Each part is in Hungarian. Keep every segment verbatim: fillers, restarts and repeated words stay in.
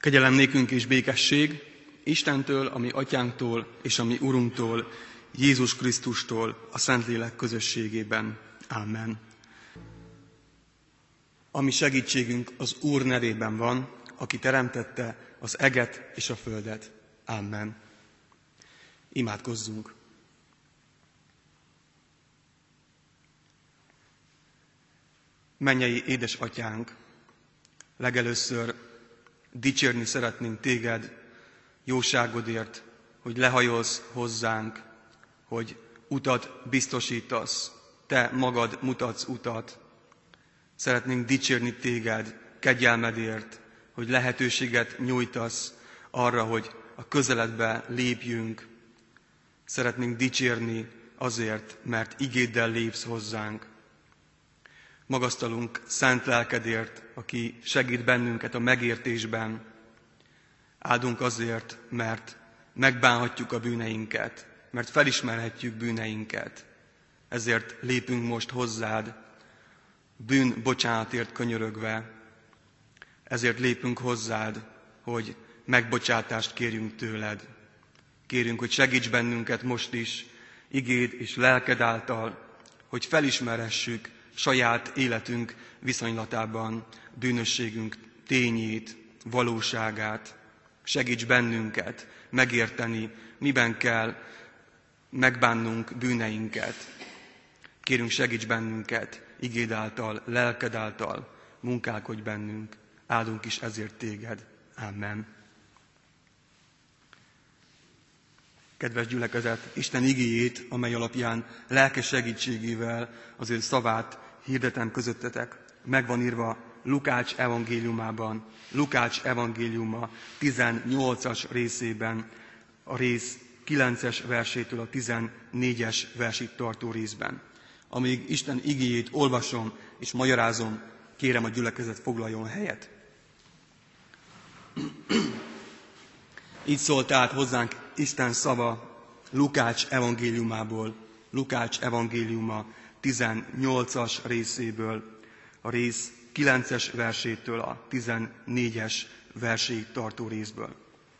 Kegyelem nékünk és békesség Istentől, a mi atyánktól és a mi Urunktól, Jézus Krisztustól, a Szentlélek közösségében. Amen. A mi segítségünk az Úr nevében van, aki teremtette az eget és a földet. Amen. Imádkozzunk. Mennyei édesatyánk, legelőször dicsérni szeretnénk téged jóságodért, hogy lehajolsz hozzánk, hogy utat biztosítasz, te magad mutatsz utat. Szeretnénk dicsérni téged kegyelmedért, hogy lehetőséget nyújtasz arra, hogy a közeledbe lépjünk. Szeretnénk dicsérni azért, mert igéddel lépsz hozzánk. Magasztalunk szent lelkedért, aki segít bennünket a megértésben. Áldunk azért, mert megbánhatjuk a bűneinket, mert felismerhetjük bűneinket. Ezért lépünk most hozzád, bűn bocsánatért könyörögve. Ezért lépünk hozzád, hogy megbocsátást kérjünk tőled. Kérünk, hogy segíts bennünket most is, igéd és lelked által, hogy felismerhessük saját életünk viszonylatában bűnösségünk tényét, valóságát. Segíts bennünket megérteni, miben kell megbánnunk bűneinket. Kérünk, segíts bennünket igéd által, lelked által, munkálkodj bennünk. Áldunk is ezért téged. Amen. Kedves gyülekezet, Isten igéjét, amely alapján lelkes segítségével az ő szavát hirdetem közöttetek, megvan írva Lukács evangéliumában, Lukács evangéliuma tizennyolcas részében, a rész kilences versétől a tizennégyes versig tartó részben. Amíg Isten igéjét olvasom és magyarázom, kérem a gyülekezet foglaljon helyet. Így szólt át hozzánk Isten szava Lukács evangéliumából, Lukács evangéliuma tizennyolcas részéből, a rész kilences versétől a tizennégyes verséig tartó részből.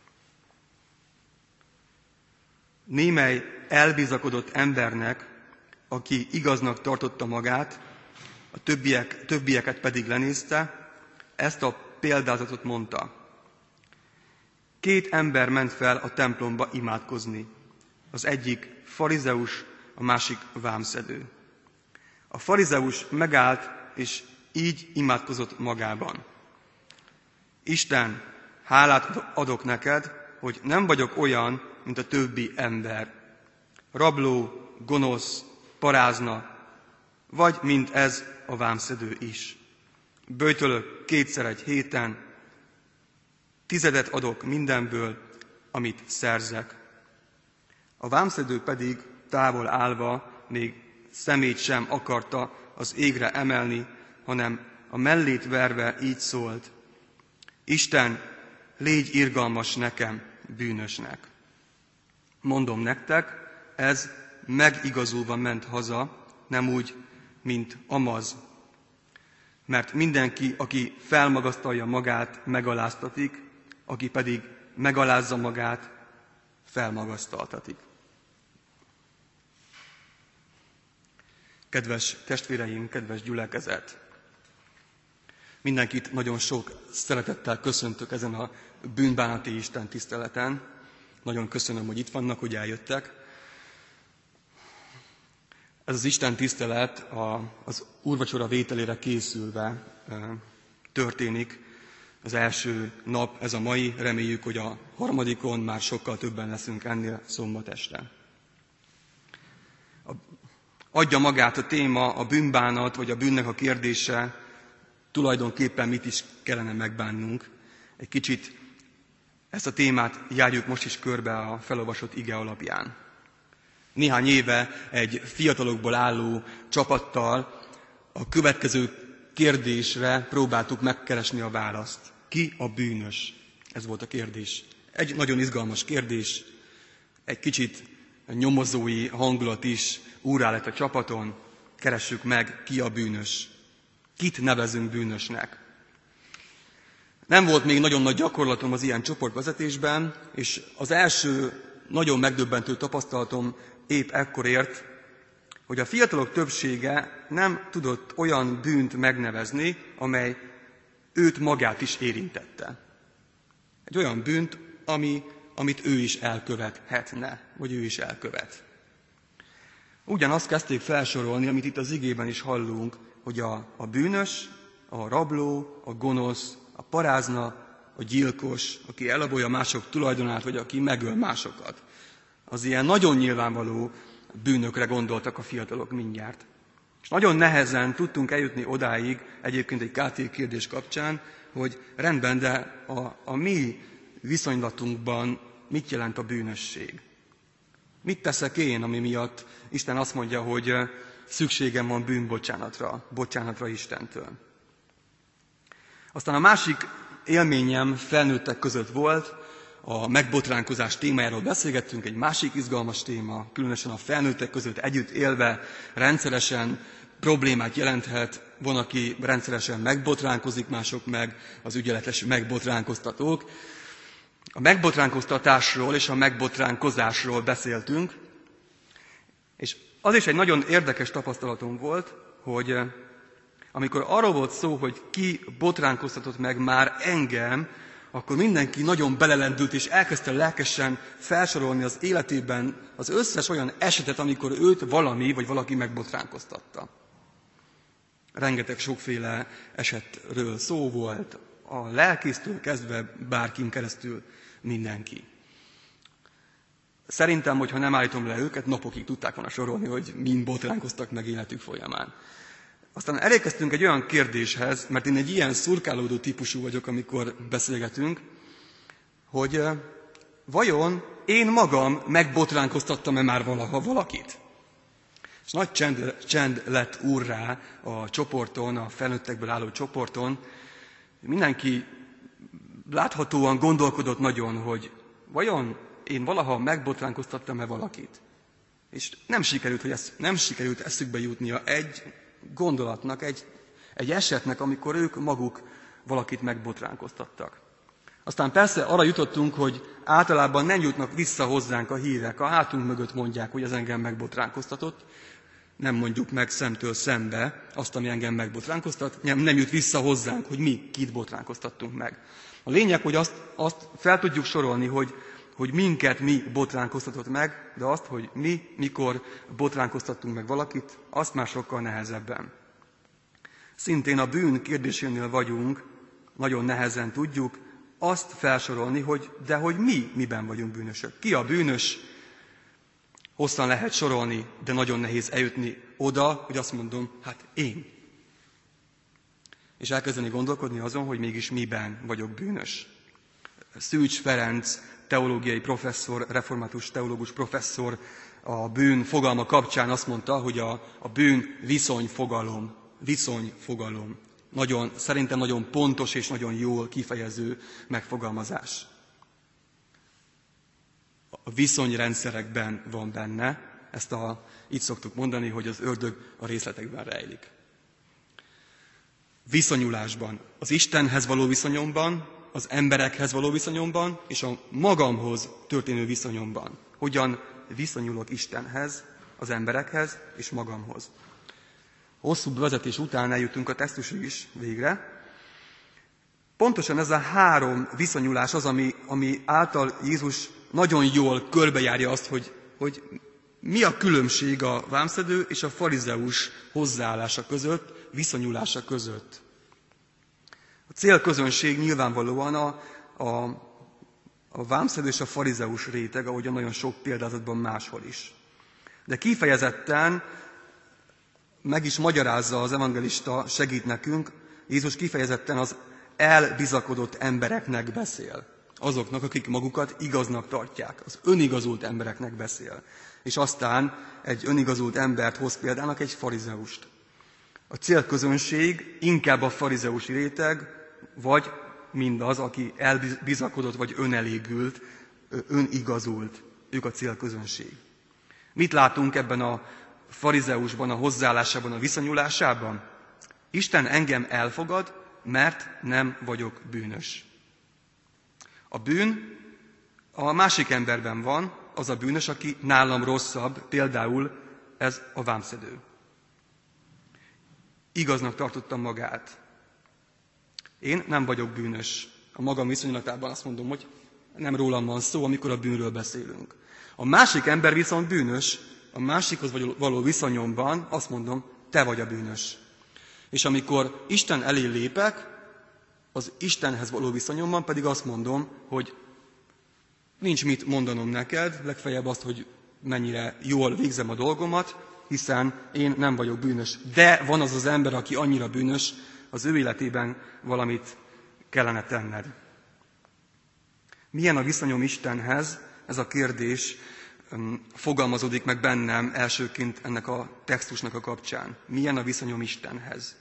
Némely elbizakodott embernek, aki igaznak tartotta magát, a többiek, többieket pedig lenézte, ezt a példázatot mondta. Két ember ment fel a templomba imádkozni. Az egyik farizeus, a másik vámszedő. A farizeus megállt, és így imádkozott magában. Isten, hálát adok neked, hogy nem vagyok olyan, mint a többi ember. Rabló, gonosz, parázna, vagy mint ez a vámszedő is. Böjtölök kétszer egy héten, tizedet adok mindenből, amit szerzek. A vámszedő pedig távol állva még szemét sem akarta az égre emelni, hanem a mellét verve így szólt. Isten, légy irgalmas nekem, bűnösnek. Mondom nektek, ez megigazulva ment haza, nem úgy, mint Amaz. Mert mindenki, aki felmagasztalja magát, megaláztatik, aki pedig megalázza magát, felmagasztaltatik. Kedves testvéreim, kedves gyülekezet! Mindenkit nagyon sok szeretettel köszöntök ezen a bűnbánati Isten tiszteleten. Nagyon köszönöm, hogy itt vannak, hogy eljöttek. Ez az Isten tisztelet az úrvacsora vételére készülve történik. Az első nap, ez a mai, reméljük, hogy a harmadikon már sokkal többen leszünk ennél szombat este. Adja magát a téma, a bűnbánat, vagy a bűnnek a kérdése, tulajdonképpen mit is kellene megbánnunk. Egy kicsit ezt a témát járjuk most is körbe a felolvasott ige alapján. Néhány éve egy fiatalokból álló csapattal a következő kérdésre próbáltuk megkeresni a választ. Ki a bűnös? Ez volt a kérdés. Egy nagyon izgalmas kérdés, egy kicsit nyomozói hangulat is úrrá lett a csapaton. Keressük meg, ki a bűnös. Kit nevezünk bűnösnek? Nem volt még nagyon nagy gyakorlatom az ilyen csoportvezetésben, és az első nagyon megdöbbentő tapasztalatom épp ekkor ért, hogy a fiatalok többsége nem tudott olyan bűnt megnevezni, amely őt magát is érintette. Egy olyan bűnt, ami, amit ő is elkövethetne, vagy ő is elkövet. Ugyanazt kezdték felsorolni, amit itt az igében is hallunk, hogy a, a bűnös, a rabló, a gonosz, a parázna, a gyilkos, aki elabolja mások tulajdonát, vagy aki megöl másokat. Az ilyen nagyon nyilvánvaló bűnökre gondoltak a fiatalok mindjárt. És nagyon nehezen tudtunk eljutni odáig, egyébként egy ká té kérdés kapcsán, hogy rendben, de a, a mi viszonylatunkban mit jelent a bűnösség? Mit teszek én, ami miatt Isten azt mondja, hogy szükségem van bűnbocsánatra, bocsánatra Istentől? Aztán a másik élményem felnőttek között volt, a megbotránkozás témájáról beszélgettünk, egy másik izgalmas téma, különösen a felnőttek között együtt élve rendszeresen problémát jelenthet, van, aki rendszeresen megbotránkozik, mások meg az ügyeletes megbotránkoztatók. A megbotránkoztatásról és a megbotránkozásról beszéltünk, és az is egy nagyon érdekes tapasztalatom volt, hogy amikor arról volt szó, hogy ki botránkoztatott meg már engem, akkor mindenki nagyon belelendült, és elkezdte lelkesen felsorolni az életében az összes olyan esetet, amikor őt valami vagy valaki megbotránkoztatta. Rengeteg sokféle esetről szó volt, a lelkésztől kezdve bárkin keresztül mindenki. Szerintem, hogyha nem állítom le őket, napokig tudták volna sorolni, hogy mind botránkoztak meg életük folyamán. Aztán elérkeztünk egy olyan kérdéshez, mert én egy ilyen szurkálódó típusú vagyok, amikor beszélgetünk, hogy vajon én magam megbotránkoztattam-e már valaha valakit? És nagy csend, csend lett úrrá a csoporton, a felnőttekből álló csoporton. Mindenki láthatóan gondolkodott nagyon, hogy vajon én valaha megbotránkoztattam-e valakit? És nem sikerült, hogy ez, nem sikerült eszükbe jutnia egy gondolatnak, egy, egy esetnek, amikor ők maguk valakit megbotránkoztattak. Aztán persze arra jutottunk, hogy általában nem jutnak vissza hozzánk a hírek, a hátunk mögött mondják, hogy ez engem megbotránkoztatott, nem mondjuk meg szemtől szembe azt, ami engem megbotránkoztat, nem, nem jut vissza hozzánk, hogy mi kit botránkoztattunk meg. A lényeg, hogy azt, azt fel tudjuk sorolni, hogy, hogy minket mi botránkoztatott meg, de azt, hogy mi, mikor botránkoztattunk meg valakit, azt már sokkal nehezebben. Szintén a bűn kérdésénél vagyunk, nagyon nehezen tudjuk azt felsorolni, hogy de hogy mi miben vagyunk bűnösök. Ki a bűnös? Hosszan lehet sorolni, de nagyon nehéz eljutni oda, hogy azt mondom, hát én. És elkezdeni gondolkodni azon, hogy mégis miben vagyok bűnös. Szűcs Ferenc, teológiai professzor, református teológus professzor a bűn fogalma kapcsán azt mondta, hogy a, a bűn viszonyfogalom. Viszonyfogalom. Nagyon, szerintem nagyon pontos és nagyon jól kifejező megfogalmazás. A viszonyrendszerekben van benne, ezt a, így szoktuk mondani, hogy az ördög a részletekben rejlik. Viszonyulásban, az Istenhez való viszonyomban, az emberekhez való viszonyomban, és a magamhoz történő viszonyomban. Hogyan viszonyulok Istenhez, az emberekhez és magamhoz. Hosszú bevezetés után eljutunk a textusig is végre. Pontosan ez a három viszonyulás az, ami, ami által Jézus nagyon jól körbejárja azt, hogy, hogy mi a különbség a vámszedő és a farizeus hozzáállása között, viszonyulása között. A célközönség nyilvánvalóan a, a, a vámszedő és a farizeus réteg, ahogyan nagyon sok példázatban máshol is. De kifejezetten meg is magyarázza az evangelista, segít nekünk, Jézus kifejezetten az elbizakodott embereknek beszél. Azoknak, akik magukat igaznak tartják. Az önigazult embereknek beszél. És aztán egy önigazult embert hoz példának, egy farizeust. A célközönség inkább a farizeusi réteg, vagy mindaz, aki elbizakodott, vagy önelégült, önigazult. Ők a célközönség. Mit látunk ebben a farizeusban, a hozzáállásában, a viszonyulásában? Isten engem elfogad, mert nem vagyok bűnös. A bűn a másik emberben van, az a bűnös, aki nálam rosszabb, például ez a vámszedő. Igaznak tartottam magát. Én nem vagyok bűnös. A magam viszonylatában azt mondom, hogy nem rólam van szó, amikor a bűnről beszélünk. A másik ember viszont bűnös, a másikhoz való viszonyomban azt mondom, te vagy a bűnös. És amikor Isten elé lépek, az Istenhez való viszonyomban pedig azt mondom, hogy nincs mit mondanom neked, legfeljebb azt, hogy mennyire jól végzem a dolgomat, hiszen én nem vagyok bűnös. De van az az ember, aki annyira bűnös, az ő életében valamit kellene tenned. Milyen a viszonyom Istenhez? Ez a kérdés fogalmazódik meg bennem elsőként ennek a textusnak a kapcsán. Milyen a viszonyom Istenhez?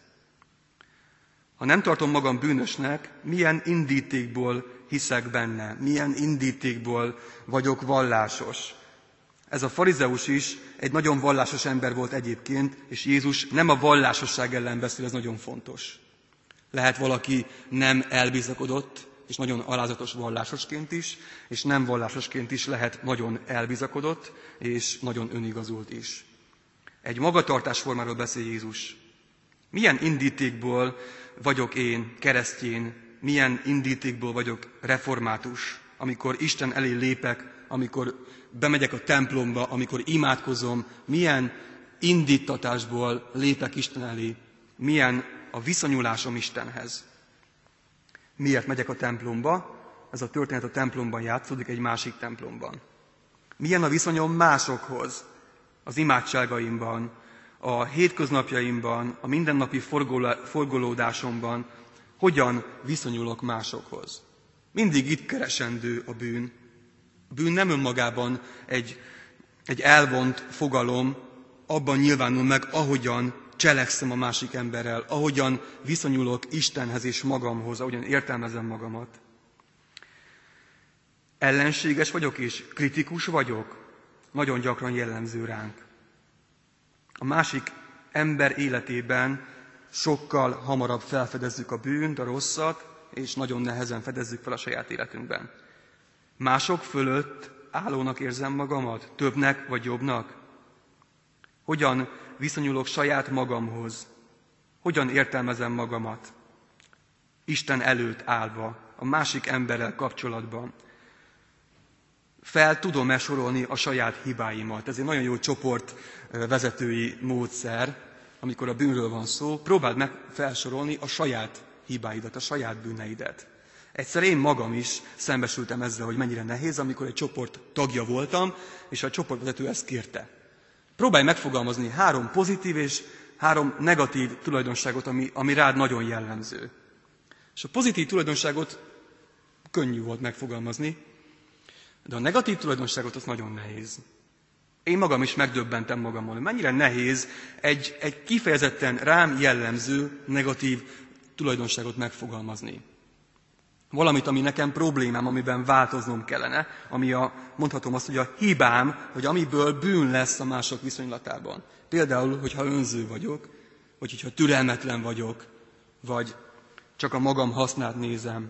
Ha nem tartom magam bűnösnek, milyen indítékból hiszek benne? Milyen indítékból vagyok vallásos? Ez a farizeus is egy nagyon vallásos ember volt egyébként, és Jézus nem a vallásosság ellen beszél, ez nagyon fontos. Lehet valaki nem elbizakodott, és nagyon alázatos vallásosként is, és nem vallásosként is lehet nagyon elbizakodott, és nagyon önigazult is. Egy magatartásformáról beszél Jézus. Milyen indítékból vagyok én keresztjén, milyen indítékból vagyok református, amikor Isten elé lépek, amikor bemegyek a templomba, amikor imádkozom, milyen indítatásból lépek Isten elé, milyen a viszonyulásom Istenhez. Miért megyek a templomba? Ez a történet a templomban játszódik, egy másik templomban. Milyen a viszonyom másokhoz? Az imádságaimban, a hétköznapjaimban, a mindennapi forgolódásomban, hogyan viszonyulok másokhoz? Mindig itt keresendő a bűn. A bűn nem önmagában egy, egy elvont fogalom, abban nyilvánul meg, ahogyan cselekszem a másik emberrel, ahogyan viszonyulok Istenhez és magamhoz, ahogyan értelmezem magamat. Ellenséges vagyok és kritikus vagyok, nagyon gyakran jellemző ránk. A másik ember életében sokkal hamarabb felfedezzük a bűnt, a rosszat, és nagyon nehezen fedezzük fel a saját életünkben. Mások fölött állónak érzem magamat, többnek vagy jobbnak? Hogyan viszonyulok saját magamhoz? Hogyan értelmezem magamat? Isten előtt állva, a másik emberrel kapcsolatban. Fel tudom-e sorolni a saját hibáimat? Ez egy nagyon jó csoportvezetői módszer, amikor a bűnről van szó. Próbáld meg felsorolni a saját hibáidat, a saját bűneidet. Egyszer én magam is szembesültem ezzel, hogy mennyire nehéz, amikor egy csoport tagja voltam, és a csoportvezető ezt kérte. Próbálj megfogalmazni három pozitív és három negatív tulajdonságot, ami, ami rád nagyon jellemző. És a pozitív tulajdonságot könnyű volt megfogalmazni, de a negatív tulajdonságot az nagyon nehéz. Én magam is megdöbbentem magamon, hogy mennyire nehéz egy, egy kifejezetten rám jellemző negatív tulajdonságot megfogalmazni. Valamit, ami nekem problémám, amiben változnom kellene, ami a, mondhatom azt, hogy a hibám, hogy amiből bűn lesz a mások viszonylatában. Például, hogyha önző vagyok, vagy hogyha türelmetlen vagyok, vagy csak a magam hasznát nézem.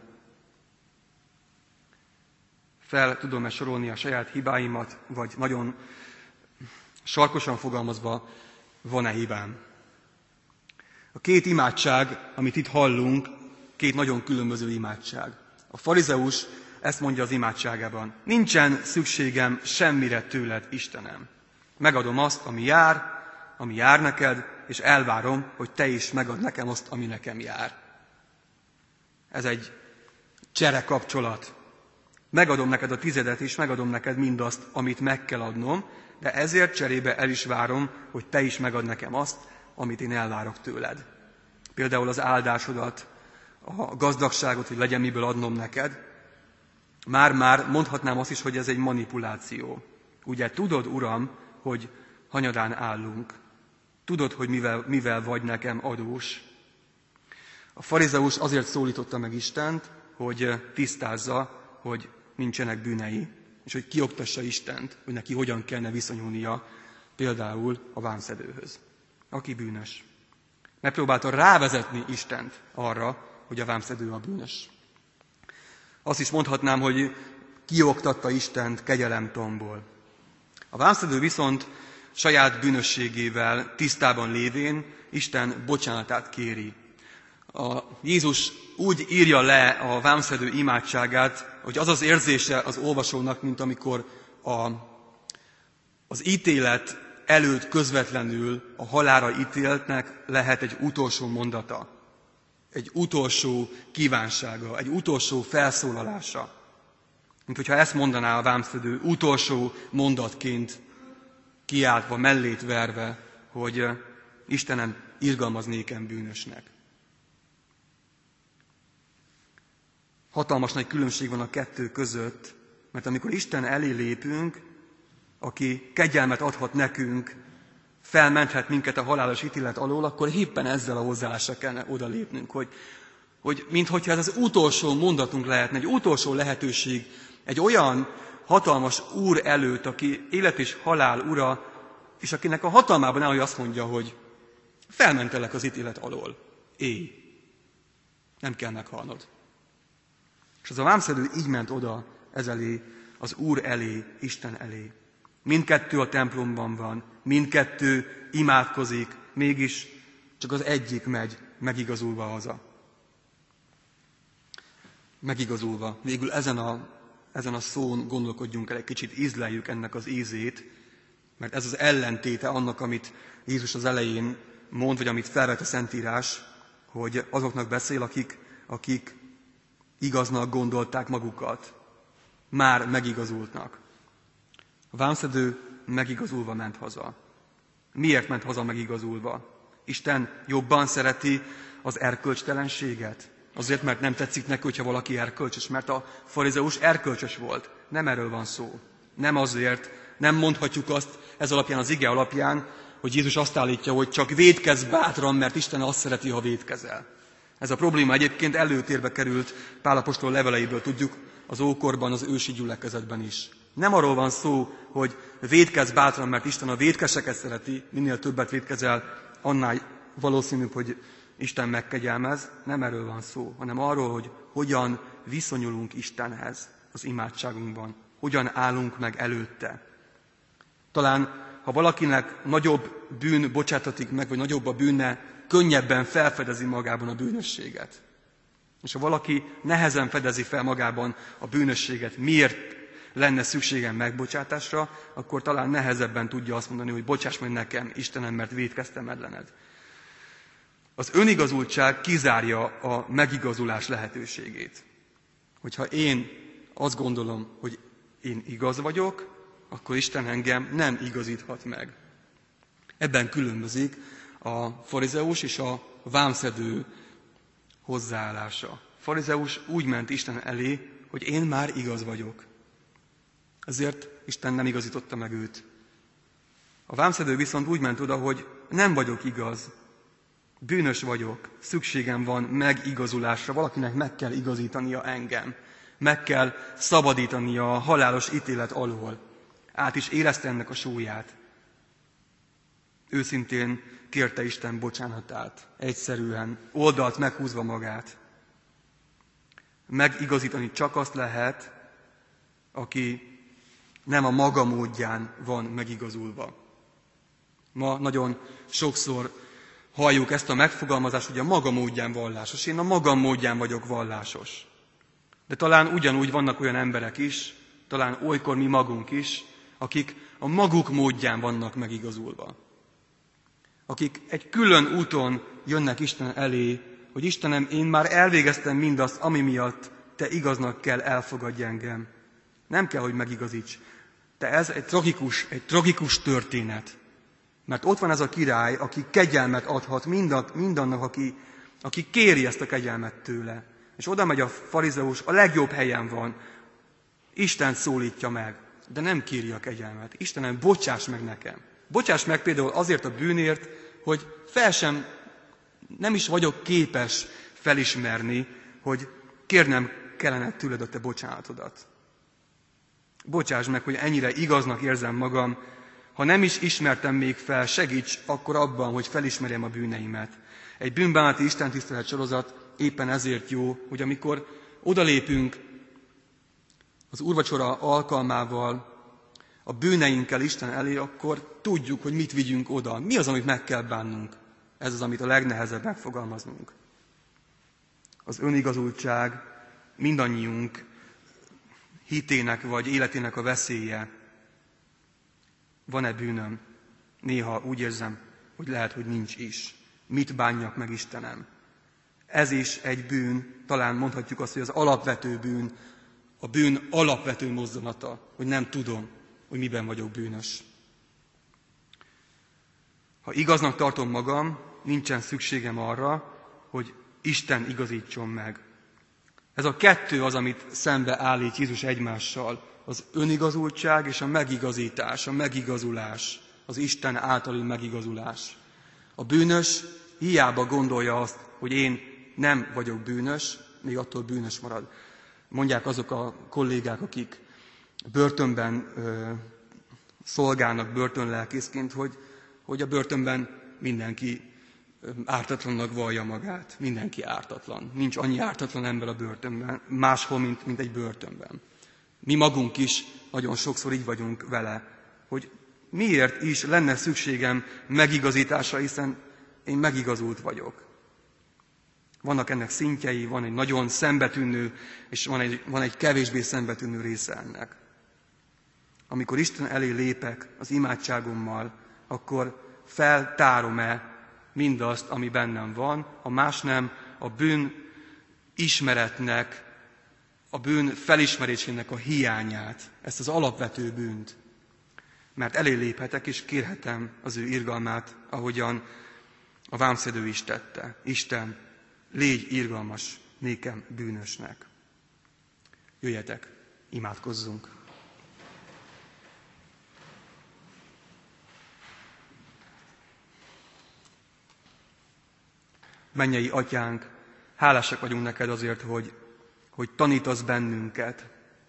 Fel tudom-e sorolni a saját hibáimat, vagy nagyon sarkosan fogalmazva, van-e hibám? A két imádság, amit itt hallunk, két nagyon különböző imádság. A farizeus ezt mondja az imádságában. Nincsen szükségem semmire tőled, Istenem. Megadom azt, ami jár, ami jár neked, és elvárom, hogy te is megad nekem azt, ami nekem jár. Ez egy csere kapcsolat. Megadom neked a tizedet, és megadom neked mindazt, amit meg kell adnom, de ezért cserébe el is várom, hogy te is megad nekem azt, amit én elvárok tőled. Például az áldásodat, a gazdagságot, hogy legyen miből adnom neked. Már-már mondhatnám azt is, hogy ez egy manipuláció. Ugye tudod, Uram, hogy hanyadán állunk. Tudod, hogy mivel, mivel vagy nekem adós. A farizeus azért szólította meg Istent, hogy tisztázza, hogy nincsenek bűnei, és hogy kioktassa Istent, hogy neki hogyan kellene viszonyulnia például a vámszedőhöz, aki bűnös. Megpróbálta rávezetni Istent arra, hogy a vámszedő a bűnös. Azt is mondhatnám, hogy kioktatta Istent kegyelemtomból. A vámszedő viszont saját bűnösségével tisztában lévén Isten bocsánatát kéri. A Jézus úgy írja le a vámszedő imádságát, hogy az az érzése az olvasónak, mint amikor a, az ítélet előtt közvetlenül a halálra ítéltnek lehet egy utolsó mondata, egy utolsó kívánsága, egy utolsó felszólalása. Mint hogyha ezt mondaná a vámszedő utolsó mondatként, kiáltva, mellét verve, hogy Istenem, irgalmaz nékem bűnösnek. Hatalmas nagy különbség van a kettő között, mert amikor Isten elé lépünk, aki kegyelmet adhat nekünk, felmenthet minket a halálos ítélet alól, akkor éppen ezzel a hozzáállással kellene odalépnünk, hogy, hogy minthogyha ez az utolsó mondatunk lehetne, egy utolsó lehetőség, egy olyan hatalmas úr előtt, aki élet és halál ura, és akinek a hatalmában áll, hogy azt mondja, hogy felmentelek az ítélet alól. Élj! Nem kell meghalnod. És az a vámszedő így ment oda ez elé, az Úr elé, Isten elé. Mindkettő a templomban van, mindkettő imádkozik, mégis csak az egyik megy megigazulva haza. Megigazulva. Végül ezen a, ezen a szón gondolkodjunk el egy kicsit, ízleljük ennek az ízét, mert ez az ellentéte annak, amit Jézus az elején mond, vagy amit felvet a Szentírás, hogy azoknak beszél, akik, akik igaznak gondolták magukat, már megigazultnak. A vámszedő megigazulva ment haza. Miért ment haza megigazulva? Isten jobban szereti az erkölcstelenséget? Azért, mert nem tetszik neki, hogyha valaki erkölcsös, mert a farizeus erkölcsös volt. Nem erről van szó. Nem azért, nem mondhatjuk azt ez alapján, az ige alapján, hogy Jézus azt állítja, hogy csak vétkezz bátran, mert Isten azt szereti, ha vétkezel. Ez a probléma egyébként előtérbe került Pál apostol leveleiből, tudjuk, az ókorban, az ősi gyülekezetben is. Nem arról van szó, hogy vétkezz bátran, mert Isten a vétkeseket szereti, minél többet vétkezel, annál valószínűbb, hogy Isten megkegyelmez. Nem erről van szó, hanem arról, hogy hogyan viszonyulunk Istenhez az imádságunkban, hogyan állunk meg előtte. Talán, ha valakinek nagyobb bűn bocsátatik meg, vagy nagyobb a bűne, könnyebben felfedezi magában a bűnösséget. És ha valaki nehezen fedezi fel magában a bűnösséget, miért lenne szükségem megbocsátásra, akkor talán nehezebben tudja azt mondani, hogy bocsáss meg nekem, Istenem, mert vétkeztem ellened. Az önigazultság kizárja a megigazulás lehetőségét. Hogyha én azt gondolom, hogy én igaz vagyok, akkor Isten engem nem igazíthat meg. Ebben különbözik a farizeus és a vámszedő hozzáállása. A farizeus úgy ment Isten elé, hogy én már igaz vagyok. Ezért Isten nem igazította meg őt. A vámszedő viszont úgy ment oda, hogy nem vagyok igaz, bűnös vagyok, szükségem van megigazulásra, valakinek meg kell igazítania engem, meg kell szabadítania a halálos ítélet alól. Át is érezte ennek a súlyát. Őszintén kérte Isten bocsánatát, egyszerűen, oldalt meghúzva magát. Megigazítani csak azt lehet, aki nem a maga módján van megigazulva. Ma nagyon sokszor halljuk ezt a megfogalmazást, hogy a maga módján vallásos. Én a magam módján vagyok vallásos. De talán ugyanúgy vannak olyan emberek is, talán olykor mi magunk is, akik a maguk módján vannak megigazulva. Akik egy külön úton jönnek Isten elé, hogy Istenem, én már elvégeztem mindazt, ami miatt te igaznak kell elfogadj engem. Nem kell, hogy megigazíts. De ez egy tragikus, egy tragikus történet. Mert ott van ez a király, aki kegyelmet adhat mindat, mindannak, aki, aki kéri ezt a kegyelmet tőle. És oda megy a farizeus, a legjobb helyen van. Isten szólítja meg, de nem kéri a kegyelmet. Istenem, bocsáss meg nekem. Bocsáss meg például azért a bűnért, hogy fel sem, nem is vagyok képes felismerni, hogy kérnem kellene tőled a te bocsánatodat. Bocsáss meg, hogy ennyire igaznak érzem magam, ha nem is ismertem még fel, segíts akkor abban, hogy felismerjem a bűneimet. Egy bűnbánati istentisztelet sorozat éppen ezért jó, hogy amikor odalépünk az úrvacsora alkalmával, a bűneinkkel Isten elé, akkor tudjuk, hogy mit vigyünk oda. Mi az, amit meg kell bánnunk? Ez az, amit a legnehezebb megfogalmaznunk. Az önigazultság mindannyiunk hitének vagy életének a veszélye. Van-e bűnöm? Néha úgy érzem, hogy lehet, hogy nincs is. Mit bánjak meg Istenem? Ez is egy bűn, talán mondhatjuk azt, hogy az alapvető bűn, a bűn alapvető mozzanata, hogy nem tudom, hogy miben vagyok bűnös. Ha igaznak tartom magam, nincsen szükségem arra, hogy Isten igazítson meg. Ez a kettő az, amit szembe állít Jézus egymással. Az önigazultság és a megigazítás, a megigazulás, az Isten általi megigazulás. A bűnös hiába gondolja azt, hogy én nem vagyok bűnös, még attól bűnös marad. Mondják azok a kollégák, akik börtönben ö, szolgálnak börtönlelkészként, hogy, hogy a börtönben mindenki ártatlannak vallja magát. Mindenki ártatlan. Nincs annyi ártatlan ember a börtönben, máshol, mint, mint egy börtönben. Mi magunk is nagyon sokszor így vagyunk vele, hogy miért is lenne szükségem megigazításra, hiszen én megigazult vagyok. Vannak ennek szintjei, van egy nagyon szembetűnő, és van egy, van egy kevésbé szembetűnő része ennek. Amikor Isten elé lépek az imádságommal, akkor feltárom-e mindazt, ami bennem van, ha más nem, a bűn ismeretnek, a bűn felismerésének a hiányát, ezt az alapvető bűnt. Mert elé léphetek és kérhetem az ő irgalmát, ahogyan a vámszedő is tette. Isten, légy irgalmas nékem bűnösnek. Jöjjetek, imádkozzunk! Mennyei Atyánk, hálásak vagyunk neked azért, hogy, hogy tanítasz bennünket.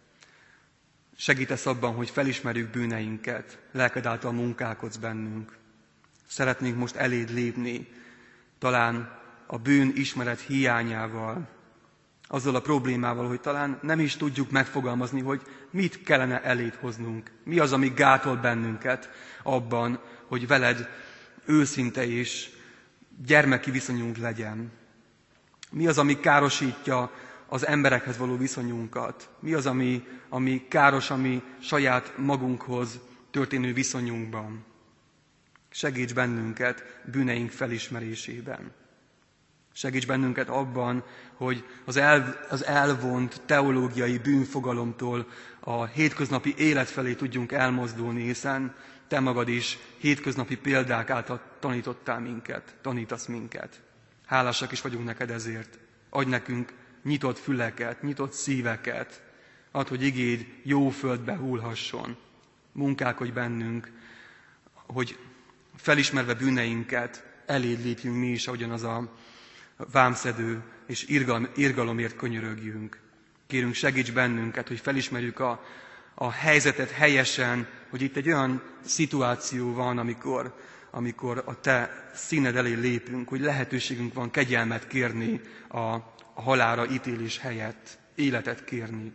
Segítesz abban, hogy felismerjük bűneinket, lelked által munkálkodsz bennünk. Szeretnénk most eléd lépni, talán a bűn ismeret hiányával, azzal a problémával, hogy talán nem is tudjuk megfogalmazni, hogy mit kellene eléd hoznunk. Mi az, ami gátol bennünket abban, hogy veled őszinte és gyermeki viszonyunk legyen. Mi az, ami károsítja az emberekhez való viszonyunkat? Mi az, ami, ami káros, ami saját magunkhoz történő viszonyunkban? Segíts bennünket bűneink felismerésében. Segíts bennünket abban, hogy az, el, az elvont teológiai bűnfogalomtól a hétköznapi élet felé tudjunk elmozdulni, hiszen te magad is hétköznapi példák által tanítottál minket, tanítasz minket. Hálásak is vagyunk neked ezért. Adj nekünk nyitott füleket, nyitott szíveket. Add, hogy igéd jó földbe hullhasson. Munkálkodj bennünk, hogy felismerve bűneinket eléd lépjünk mi is, ahogyan az a vámszedő és irgal, irgalomért könyörögjünk. Kérünk, segíts bennünket, hogy felismerjük a, a helyzetet helyesen, hogy itt egy olyan szituáció van, amikor, amikor a te színed elé lépünk, hogy lehetőségünk van kegyelmet kérni a, a halálra ítélés helyett, életet kérni.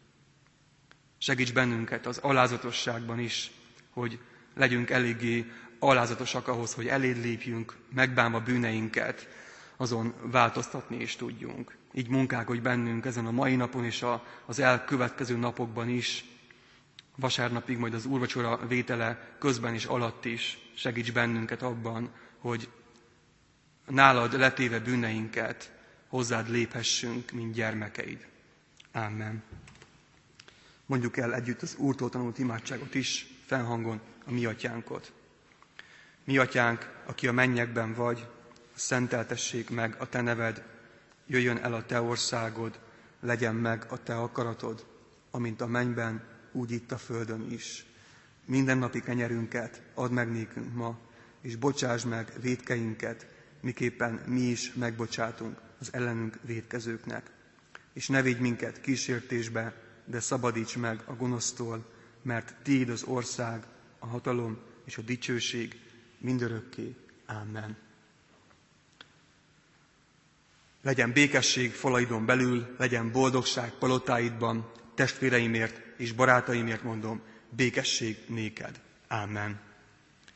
Segíts bennünket az alázatosságban is, hogy legyünk eléggé alázatosak ahhoz, hogy eléd lépjünk, megbánva bűneinket, azon változtatni is tudjunk. Így munkálkodj bennünk ezen a mai napon és a, az elkövetkező napokban is, vasárnapig, majd az úrvacsora vétele közben és alatt is. Segíts bennünket abban, hogy nálad letéve bűneinket hozzád léphessünk, mint gyermekeid. Ámen. Mondjuk el együtt az Úrtól tanult imádságot is, fennhangon a mi atyánkot. Mi atyánk, aki a mennyekben vagy, szenteltessék meg a te neved, jöjjön el a te országod, legyen meg a te akaratod, amint a mennyben, úgy itt a földön is. Minden napi kenyerünket add meg nékünk ma, és bocsáss meg vétkeinket, miképpen mi is megbocsátunk az ellenünk vétkezőknek. És ne vigy minket kísértésbe, de szabadíts meg a gonosztól, mert tiéd az ország, a hatalom és a dicsőség mindörökké. Ámen. legyen békesség falaidon belül, legyen boldogság palotáidban, testvéreimért és barátaimért mondom, békesség néked. Amen.